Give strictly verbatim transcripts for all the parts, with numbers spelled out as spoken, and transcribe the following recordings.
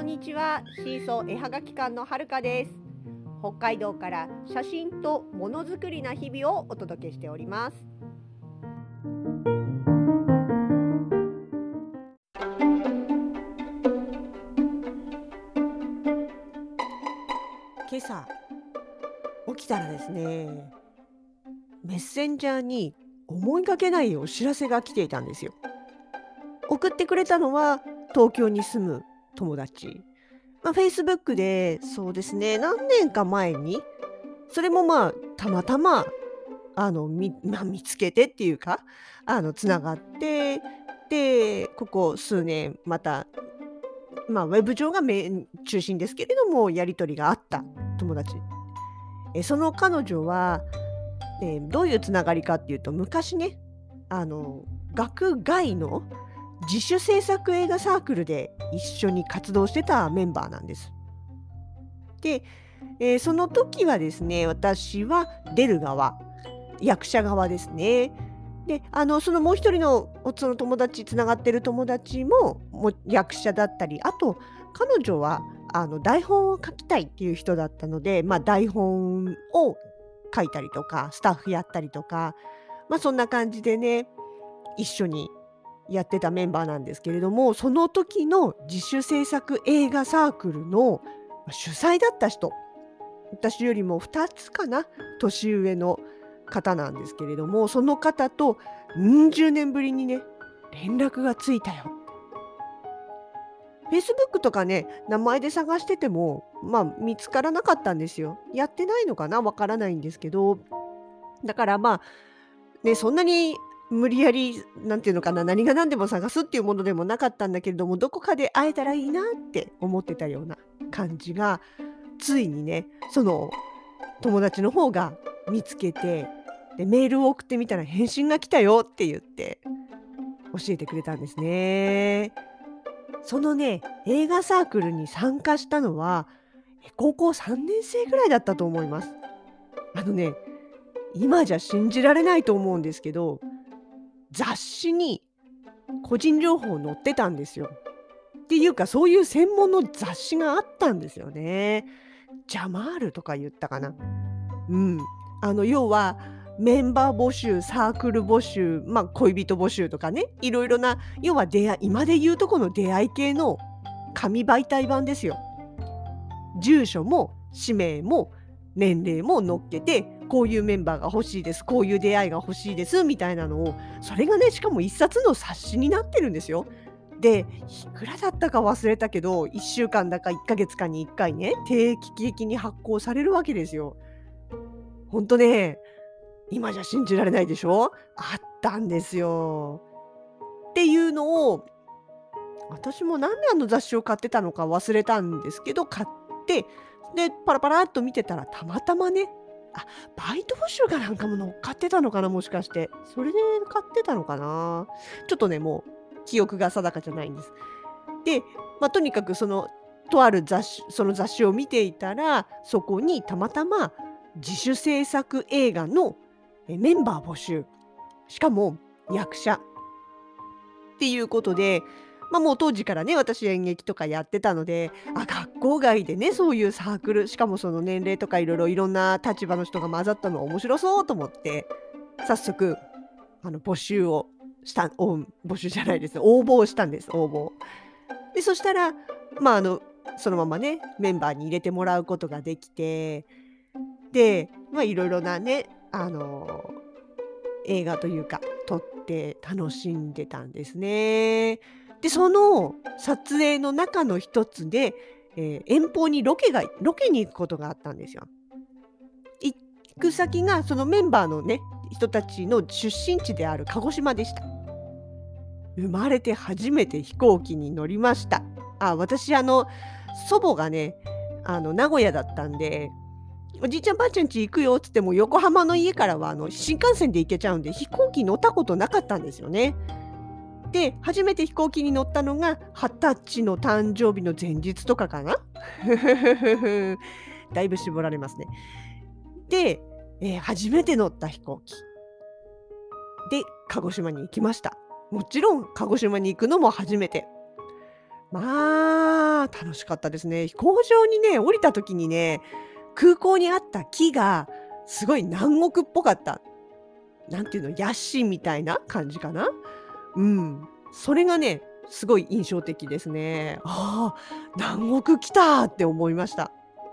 んにちは。シーソー絵はがき館のはるかです。北海道から写真とものづくりな日々をお届けしております。今朝起きたらですね、メッセンジャーに思いがけないお知らせが来ていたんですよ。送ってくれたのは東京に住む友達。まあ、Facebook でそうですね、何年か前に、それもまあたまたまあのみ、まあ、見つけてっていうか、あのつながって、でここ数年また、まあ、ウェブ上がメイン中心ですけれども、やり取りがあった友達。えその彼女は、えーどういうつながりかっていうと、昔ね、あの学外の自主制作映画サークルで一緒に活動してたメンバーなんです。で、えーその時はですね、私は出る側、役者側ですね。で、あの、そのもう一人のおその友達、つながってる友達も、もう役者だったり、あと彼女はあの台本を書きたいっていう人だったので、まあ、台本を書いたりとか、スタッフやったりとか、まあ、そんな感じでね、一緒にやってたメンバーなんですけれども、その時の自主制作映画サークルのま主催だった人、私よりもふたつかな、年上の方なんですけれども、その方とうん十年ぶりにね、連絡がついたよ。Facebook とかね、名前で探してても、まあ、見つからなかったんですよ。やってないのかな、わからないんですけど、だからまあ、ね、そんなに無理やり、なんていうのかな、何が何でも探すっていうものでもなかったんだけれども、どこかで会えたらいいなって思ってたような感じが、ついにね、その友達の方が見つけて、で、メールを送ってみたら返信が来たよって言って教えてくれたんですね。そのね、映画サークルに参加したのは、え高校さんねん生ぐらいだったと思います。あのね、今じゃ信じられないと思うんですけど、雑誌に個人情報載ってたんですよ。っていうか、そういう専門の雑誌があったんですよね。ジャマールとか言ったかな。うん。あの、要は、メンバー募集、サークル募集、まあ、恋人募集とかね、いろいろな、要は出会い今で言うとこの出会い系の紙媒体版ですよ。住所も氏名も年齢も載っけて、こういうメンバーが欲しいです、こういう出会いが欲しいですみたいなのを、それがね、しかも一冊の冊子になってるんですよ。で、いくらだったか忘れたけど、いっしゅうかんだかいっかげつかにいっかいね、定期的に発行されるわけですよ。ほんとね、今じゃ信じられないでしょ？あったんですよ。っていうのを、私もなんであの雑誌を買ってたのか忘れたんですけど、買って、で、パラパラっと見てたらたまたまね、あ、バイト募集かなんかも乗っかってたのかな、もしかして。それで買ってたのかな。ちょっとね、もう記憶が定かじゃないんです。で、ま、とにかくその、とある雑誌その雑誌を見ていたら、そこにたまたま自主制作映画の、え、メンバー募集、しかも役者っていうことで、ま、もう当時からね、私演劇とかやってたので、あ、学校外でね、そういうサークル、しかもその年齢とかいろいろいろんな立場の人が混ざったのは面白そうと思って、早速あの募集をしたお募集じゃないです、応募をしたんです、応募。で、そしたら、まあ、あの、そのままね、メンバーに入れてもらうことができて、で、ま、いろいろなね、あの、映画というか、撮って楽しんでたんですね。で、その撮影の中の一つで、えー遠方にロケがロケに行くことがあったんですよ。行く先がそのメンバーのね、人たちの出身地である鹿児島でした。生まれて初めて飛行機に乗りました。あ、私あの、祖母がね、あの、名古屋だったんで、おじいちゃんばあちゃん家行くよっつっても、横浜の家からはあの、新幹線で行けちゃうんで、飛行機乗ったことなかったんですよね。で、初めて飛行機に乗ったのが、はたちの誕生日の前日とかかな。だいぶ絞られますね。で、えー初めて乗った飛行機で鹿児島に行きました。もちろん鹿児島に行くのも初めて。 まあ、楽しかったですね。飛行場にね、降りた時にね、空港にあった木がすごい南国っぽかった。なんていうの、ヤシみたいな感じかな。うん。それがね、すごい印象的ですね。ああ、南国来たって思いました。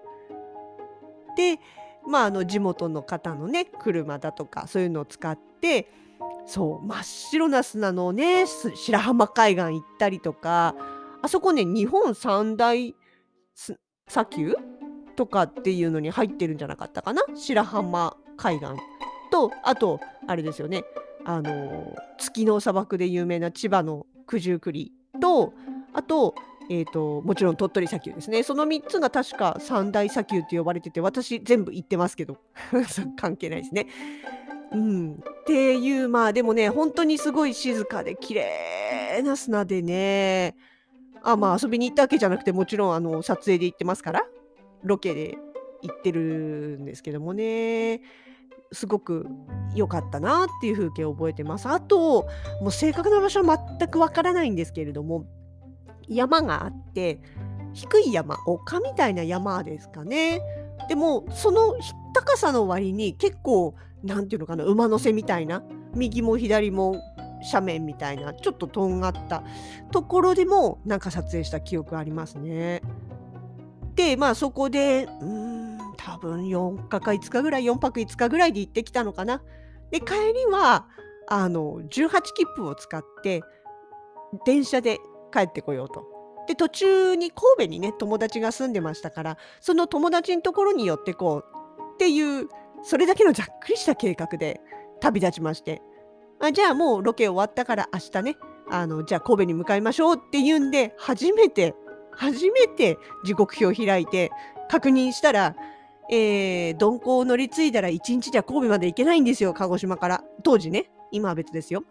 で、まあ、あの、地元の方のね、車だとか、そういうのを使って、そう、真っ白な砂のね、す白浜海岸行ったりとか、あそこね、日本三大す砂丘とかっていうのに入ってるんじゃなかったかな。白浜海岸と、あと、あれですよね、あの、月の砂漠で有名な千葉の九十九里と、あと、えっと、もちろん鳥取砂丘ですね。そのみっつが確か三大砂丘って呼ばれてて、私全部行ってますけど、そう関係ないですね。うん。っていう、まあ、でもね、ほんとにすごい静かで綺麗な砂でね、あ、まあ、遊びに行ったわけじゃなくて、もちろんあの、撮影で行ってますから、ロケで行ってるんですけどもね、すごく良かったなっていう風景を覚えてます。あと、もう正確な場所は全くわからないんですけれども、山があって、低い山、丘みたいな山ですかね。でも、そのひ高さの割に結構、なんていうのかな、馬の背みたいな、右も左も斜面みたいな、ちょっととんがったところでも、なんか撮影した記憶ありますね。で、まあ、そこで、うーん、多分よっかかいつかぐらい、よんぱくいつかぐらいで行ってきたのかな。で、帰りは、あの、じゅうはち切符を使って電車で帰ってこようと。で、途中に神戸にね、友達が住んでましたから、その友達んところに寄ってこうっていう、それだけのざっくりした計画で旅立ちまして。あ、じゃあもうロケ終わったから明日ね、あの、じゃあ神戸に向かいましょうっていうんで、初めて初めて時刻表開いて確認したら、ええ、鈍行を乗り継いだらいちにちじゃ神戸まで行けないんですよ、鹿児島から。当時ね、今は別ですよ。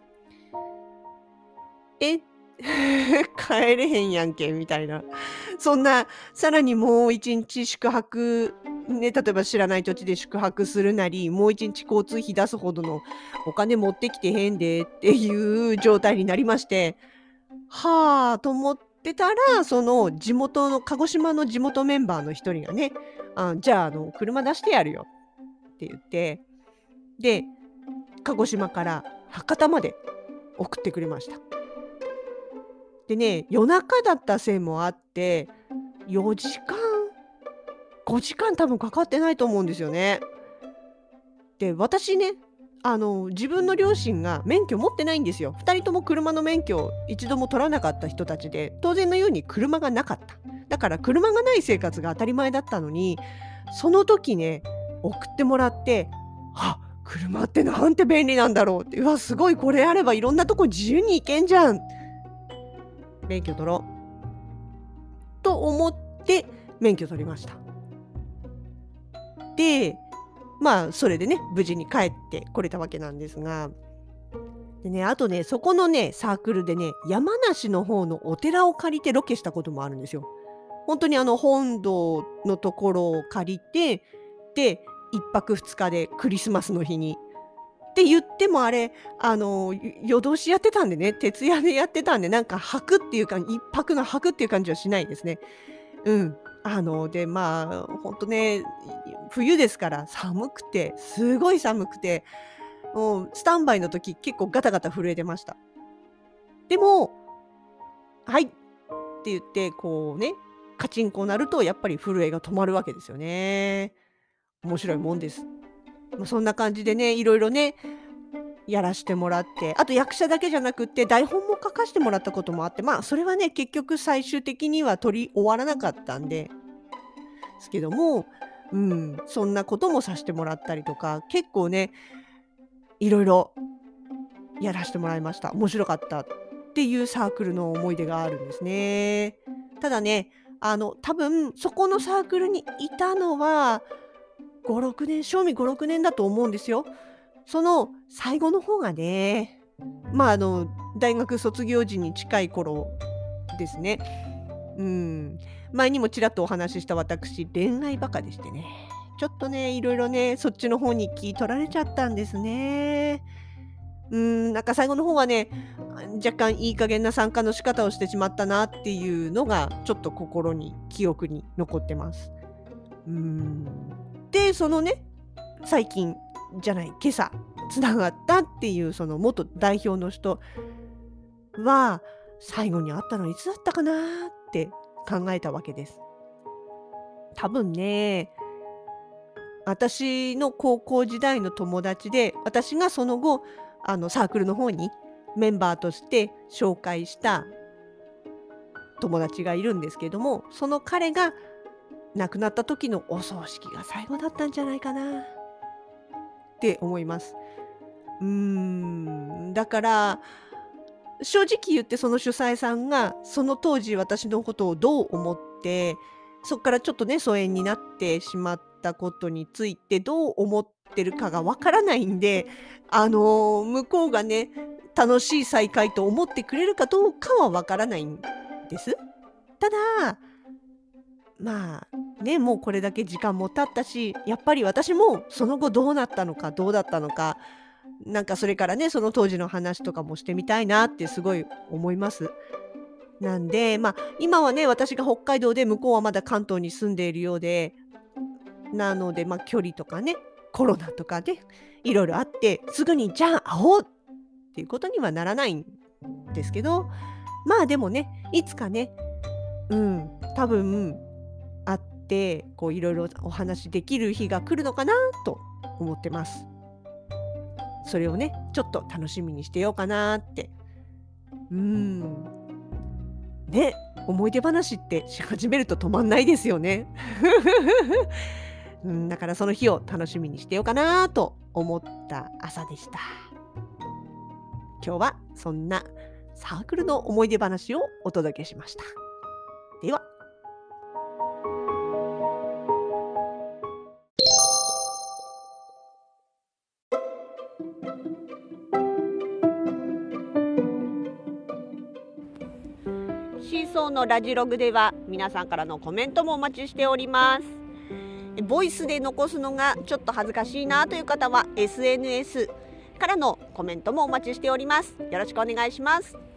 え、帰れへんやんけみたいな。そんな、さらにもういちにち宿泊、ね、例えば知らない土地で宿泊するなり、もういちにち交通費出すほどのお金持ってきてへんでっていう状態になりまして、はあと思ってたら、その地元の鹿児島の地元メンバーの一人がね、あ、じゃあ、あの、車出してやるよって言って、で、鹿児島から博多まで送ってくれました。でね、夜中だったせいもあって、よじかん、ごじかん多分かかってないと思うんですよね。で、私ね、あの、自分の両親が免許持ってないんですよ。ふたりとも車の免許を一度も取らなかった人たちで、当然のように車がなかった。だから車がない生活が当たり前だったのに、その時ね、送ってもらって、あ、車ってなんて便利なんだろうって、うわ、すごいこれあればいろんなとこ自由に行けんじゃん。免許取ろうと思って免許取りました。で、まあ、それでね、無事に帰ってこれたわけなんですが、でね、あとね、そこのね、サークルでね、山梨の方のお寺を借りてロケしたこともあるんですよ。ほんとにあの本堂のところを借りて、で、いっぱくふつかでクリスマスの日に。って言ってもあれ、あの、よ夜通しやってたんでね、徹夜でやってたんで、なんか泊っていうか、いっぱくの泊っていう感じはしないですね。うん。あの、で、まあ、ほんとね、い冬ですから寒くて、すごい寒くて、もうスタンバイの時結構ガタガタ震えてました。でも、はいって言って、こうね、カチンコ鳴るとやっぱり震えが止まるわけですよね。面白いもんです。ま、そんな感じでね、色々ね、やらしてもらって、あと役者だけじゃなくって、台本も書かしてもらったこともあって、まあ、それはね、結局最終的には撮り終わらなかったんで、すけども、うん、そんなこともさしてもらったりとか、結構ね、色々やらしてもらいました。面白かったっていうサークルの思い出があるんですね。ただね、あの、多分そこのサークルにいたのはご、ろくねん、正味ご、ろくねんだと思うんですよ。その最後の方がね、まあ、あの、大学卒業時に近い頃ですね。うん。前にもちらっとお話しした私、恋愛バカでしてね。ちょっとね、色々ね、そっちの方に気取られちゃったんですね。 うーん、なんか最後の方はね、若干いい加減な参加の仕方をしてしまったなっていうのが、ちょっと心に記憶に残ってます。うーん。で、そのね、最近じゃない、今朝繋がったっていうその元代表の人は、最後に会ったのいつだったかなって考えたわけです。多分ね、私の高校時代の友達で、私がその後、あのサークルの方にメンバーとして紹介した友達がいるんですけども、その彼が亡くなった時のお葬式が最後だったんじゃないかなって思います。うーん、だから、正直言ってその主催さんが、その当時私のことをどう思って、そっからちょっとね、疎遠になってしまったことについてどう思ってるかがわからないんで、あの、向こうがね、楽しい再会と思ってくれるかどうかはわからないんです。ただ、まあ、ね、もうこれだけ時間も経ったし、やっぱり私もその後どうなったのか、どうだったのか、なんかそれからね、その当時の話とかもしてみたいなってすごい思います。なんで、まあ、今はね、私が北海道で向こうはまだ関東に住んでいるようで、なので、まあ、距離とかね、コロナとかでいろいろあって、すぐにじゃあ会おうっていうことにはならないんですけど、まあ、でもね、いつかね、うん、多分会って、こういろいろお話できる日が来るのかなと思ってます。それをね、ちょっと楽しみにしてようかなって。うーん。ね、思い出話ってし始めると止まんないですよね。うん、だからその日を楽しみにしてようかなと思った朝でした。今日はそんなサークルの思い出話をお届けしました。では。シーソーのラジログでは皆さんからのコメントもお待ちしております。ボイスで残すのがちょっと恥ずかしいなという方は エスエヌエス からのコメントもお待ちしております。よろしくお願いします。